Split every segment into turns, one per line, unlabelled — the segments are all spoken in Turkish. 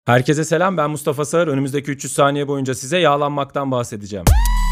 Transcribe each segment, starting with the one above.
Herkese selam, ben Mustafa Sağır. Önümüzdeki 300 saniye boyunca size yağlanmaktan bahsedeceğim.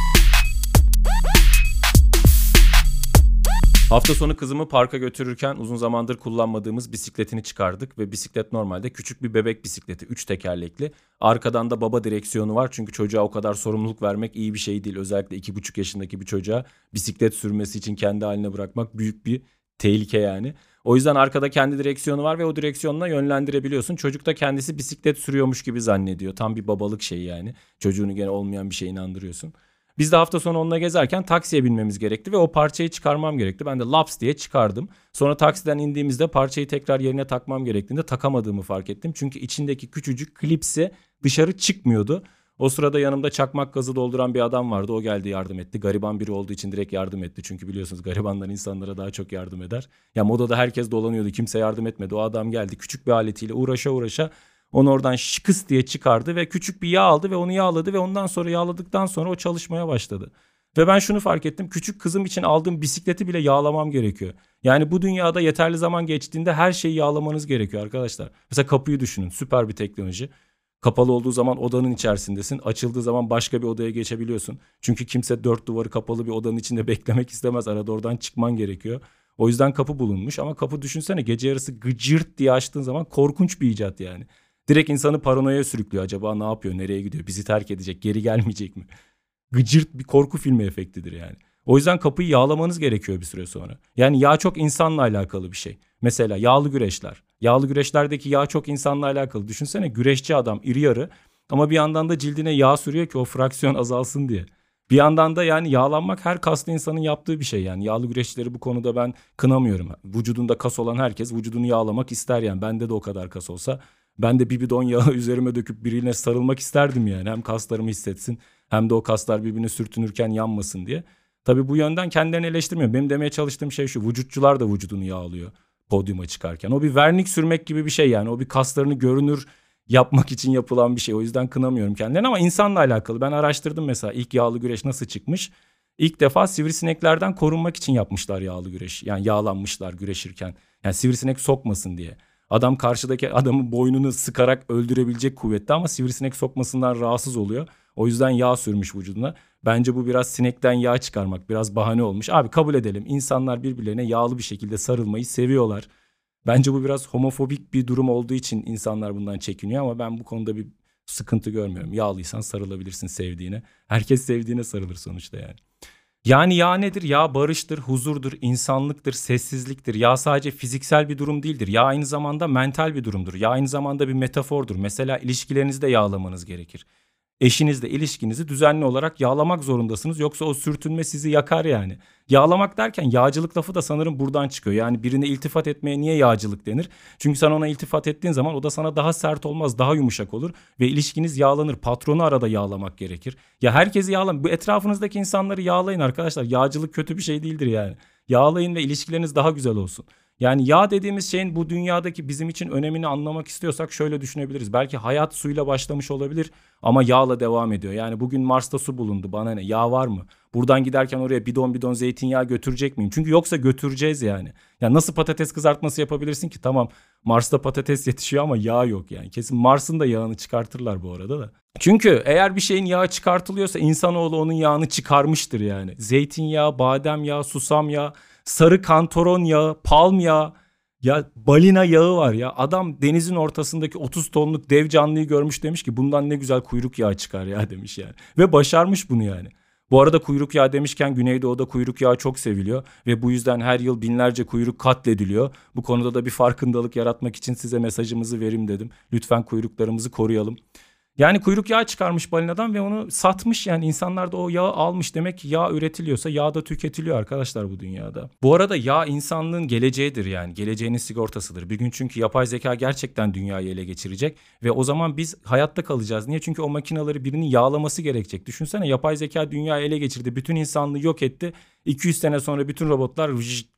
Hafta sonu kızımı parka götürürken uzun zamandır kullanmadığımız bisikletini çıkardık ve bisiklet normalde küçük bir bebek bisikleti, 3 tekerlekli. Arkadan da baba direksiyonu var çünkü çocuğa o kadar sorumluluk vermek iyi bir şey değil. Özellikle 2,5 yaşındaki bir çocuğa bisiklet sürmesi için kendi haline bırakmak büyük bir tehlike yani. O yüzden arkada kendi direksiyonu var ve o direksiyonla yönlendirebiliyorsun. Çocuk da kendisi bisiklet sürüyormuş gibi zannediyor. Tam bir babalık şeyi yani. Çocuğunu gene olmayan bir şeye inandırıyorsun. Biz de hafta sonu onunla gezerken taksiye binmemiz gerekti ve o parçayı çıkarmam gerekti. Ben de laps diye çıkardım. Sonra taksiden indiğimizde parçayı tekrar yerine takmam gerektiğinde takamadığımı fark ettim. Çünkü içindeki küçücük klipsi dışarı çıkmıyordu. O sırada yanımda çakmak gazı dolduran bir adam vardı. O geldi yardım etti. Gariban biri olduğu için direkt yardım etti. Çünkü biliyorsunuz garibanlar insanlara daha çok yardım eder. Ya modada herkes dolanıyordu. Kimse yardım etmedi. O adam geldi küçük bir aletiyle uğraşa uğraşa onu oradan şıkıs diye çıkardı ve küçük bir yağ aldı ve onu yağladı ve ondan sonra yağladıktan sonra o çalışmaya başladı. Ve ben şunu fark ettim. Küçük kızım için aldığım bisikleti bile yağlamam gerekiyor. Yani bu dünyada yeterli zaman geçtiğinde her şeyi yağlamanız gerekiyor arkadaşlar. Mesela kapıyı düşünün. Süper bir teknoloji. Kapalı olduğu zaman odanın içerisindesin. Açıldığı zaman başka bir odaya geçebiliyorsun. Çünkü kimse dört duvarı kapalı bir odanın içinde beklemek istemez. Arada oradan çıkman gerekiyor. O yüzden kapı bulunmuş ama kapı düşünsene gece yarısı gıcırt diye açtığın zaman korkunç bir icat yani. Direkt insanı paranoya sürüklüyor. Acaba ne yapıyor? Nereye gidiyor? Bizi terk edecek? Geri gelmeyecek mi? Gıcırt bir korku filmi efektidir yani. O yüzden kapıyı yağlamanız gerekiyor bir süre sonra. Yani yağ çok insanla alakalı bir şey. Mesela yağlı güreşler. Yağlı güreşlerdeki yağ çok insanla alakalı. Düşünsene güreşçi adam iri yarı ama bir yandan da cildine yağ sürüyor ki o fraksiyon azalsın diye. Bir yandan da yani yağlanmak her kaslı insanın yaptığı bir şey yani. Yağlı güreşçileri bu konuda ben kınamıyorum. Vücudunda kas olan herkes vücudunu yağlamak ister yani. Bende de o kadar kas olsa ben de bir bidon yağı üzerime döküp birine sarılmak isterdim yani. Hem kaslarımı hissetsin hem de o kaslar birbirine sürtünürken yanmasın diye. Tabii bu yönden kendilerini eleştirmiyor. Benim demeye çalıştığım şey şu. Vücutçular da vücudunu yağlıyor podyuma çıkarken. O bir vernik sürmek gibi bir şey yani. O bir kaslarını görünür yapmak için yapılan bir şey. O yüzden kınamıyorum kendilerini ama insanla alakalı. Ben araştırdım mesela ilk yağlı güreş nasıl çıkmış. İlk defa sivrisineklerden korunmak için yapmışlar yağlı güreş. Yani yağlanmışlar güreşirken. Yani sivrisinek sokmasın diye. Adam karşıdaki adamın boynunu sıkarak öldürebilecek kuvvette ama sivrisinek sokmasından rahatsız oluyor. O yüzden yağ sürmüş vücuduna. Bence bu biraz sinekten yağ çıkarmak, biraz bahane olmuş. Abi kabul edelim. İnsanlar birbirlerine yağlı bir şekilde sarılmayı seviyorlar. Bence bu biraz homofobik bir durum olduğu için insanlar bundan çekiniyor ama ben bu konuda bir sıkıntı görmüyorum. Yağlıysan sarılabilirsin sevdiğine. Herkes sevdiğine sarılır sonuçta yani. Yani yağ nedir? Yağ barıştır, huzurdur, insanlıktır, sessizliktir. Yağ sadece fiziksel bir durum değildir. Yağ aynı zamanda mental bir durumdur. Yağ aynı zamanda bir metafordur. Mesela ilişkilerinizi de yağlamanız gerekir. Eşinizle ilişkinizi düzenli olarak yağlamak zorundasınız. Yoksa o sürtünme sizi yakar yani. Yağlamak derken yağcılık lafı da sanırım buradan çıkıyor. Yani birine iltifat etmeye niye yağcılık denir? Çünkü sen ona iltifat ettiğin zaman o da sana daha sert olmaz, daha yumuşak olur. Ve ilişkiniz yağlanır. Patronu arada yağlamak gerekir. Ya herkesi yağlayın. Bu etrafınızdaki insanları yağlayın arkadaşlar. Yağcılık kötü bir şey değildir yani. Yağlayın ve ilişkileriniz daha güzel olsun. Yani yağ dediğimiz şeyin bu dünyadaki bizim için önemini anlamak istiyorsak şöyle düşünebiliriz. Belki hayat suyla başlamış olabilir ama yağla devam ediyor. Yani bugün Mars'ta su bulundu. Bana ne? Yağ var mı? Buradan giderken oraya bidon bidon zeytinyağı götürecek miyim? Çünkü yoksa götüreceğiz yani. Ya nasıl patates kızartması yapabilirsin ki? Tamam Mars'ta patates yetişiyor ama yağ yok yani. Kesin Mars'ın da yağını çıkartırlar bu arada da. Çünkü eğer bir şeyin yağı çıkartılıyorsa insanoğlu onun yağını çıkarmıştır yani. Zeytinyağı, badem yağı, susam yağı, sarı kantaron yağı, palm yağı, ya balina yağı var ya. Adam denizin ortasındaki 30 tonluk dev canlıyı görmüş demiş ki bundan ne güzel kuyruk yağı çıkar ya demiş yani. Ve başarmış bunu yani. Bu arada kuyruk yağı demişken Güneydoğu'da kuyruk yağı çok seviliyor ve bu yüzden her yıl binlerce kuyruk katlediliyor. Bu konuda da bir farkındalık yaratmak için size mesajımızı vereyim dedim. Lütfen kuyruklarımızı koruyalım. Yani kuyruk yağı çıkarmış balinadan ve onu satmış yani insanlar da o yağı almış. Demek ki yağ üretiliyorsa yağ da tüketiliyor arkadaşlar bu dünyada. Bu arada yağ insanlığın geleceğidir yani geleceğinin sigortasıdır. Bir gün çünkü yapay zeka gerçekten dünyayı ele geçirecek ve o zaman biz hayatta kalacağız. Niye? Çünkü o makineleri birinin yağlaması gerekecek. Düşünsene yapay zeka dünyayı ele geçirdi. Bütün insanlığı yok etti. 200 sene sonra bütün robotlar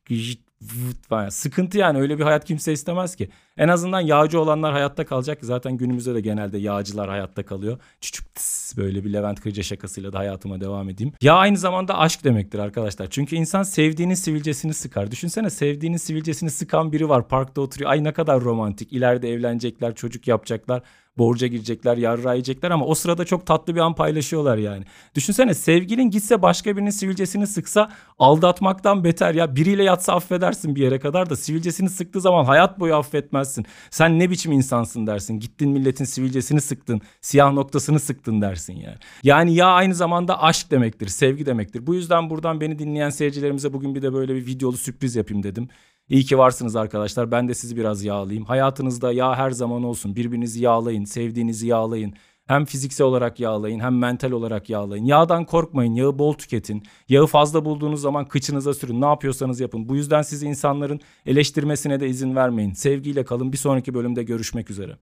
sıkıntı yani öyle bir hayat kimse istemez ki. En azından yağcı olanlar hayatta kalacak ki zaten günümüzde de genelde yağcılar hayatta kalıyor. Çüçük tıs, böyle bir Levent Kırca şakasıyla da hayatıma devam edeyim. Yağ aynı zamanda aşk demektir arkadaşlar. Çünkü insan sevdiğinin sivilcesini sıkar. Düşünsene sevdiğinin sivilcesini sıkan biri var parkta oturuyor. Ay ne kadar romantik. İleride evlenecekler, çocuk yapacaklar. borca girecekler, yarrağı yiyecekler ama o sırada çok tatlı bir an paylaşıyorlar yani. Düşünsene, sevgilin gitse başka birinin sivilcesini sıksa aldatmaktan beter ya. Biriyle yatsa affedersin bir yere kadar da sivilcesini sıktığı zaman hayat boyu affetmezsin. Sen ne biçim insansın dersin. Gittin milletin sivilcesini sıktın, siyah noktasını sıktın dersin yani. Yani yağ aynı zamanda aşk demektir, sevgi demektir. Bu yüzden buradan beni dinleyen seyircilerimize bugün bir de böyle bir videolu sürpriz yapayım dedim. İyi ki varsınız arkadaşlar. Ben de sizi biraz yağlayayım. Hayatınızda yağ her zaman olsun. Birbirinizi yağlayın, sevdiğinizi yağlayın. Hem fiziksel olarak yağlayın hem mental olarak yağlayın. Yağdan korkmayın, yağı bol tüketin. Yağı fazla bulduğunuz zaman kıçınıza sürün. Ne yapıyorsanız yapın. Bu yüzden sizi insanların eleştirmesine de izin vermeyin. Sevgiyle kalın. Bir sonraki bölümde görüşmek üzere.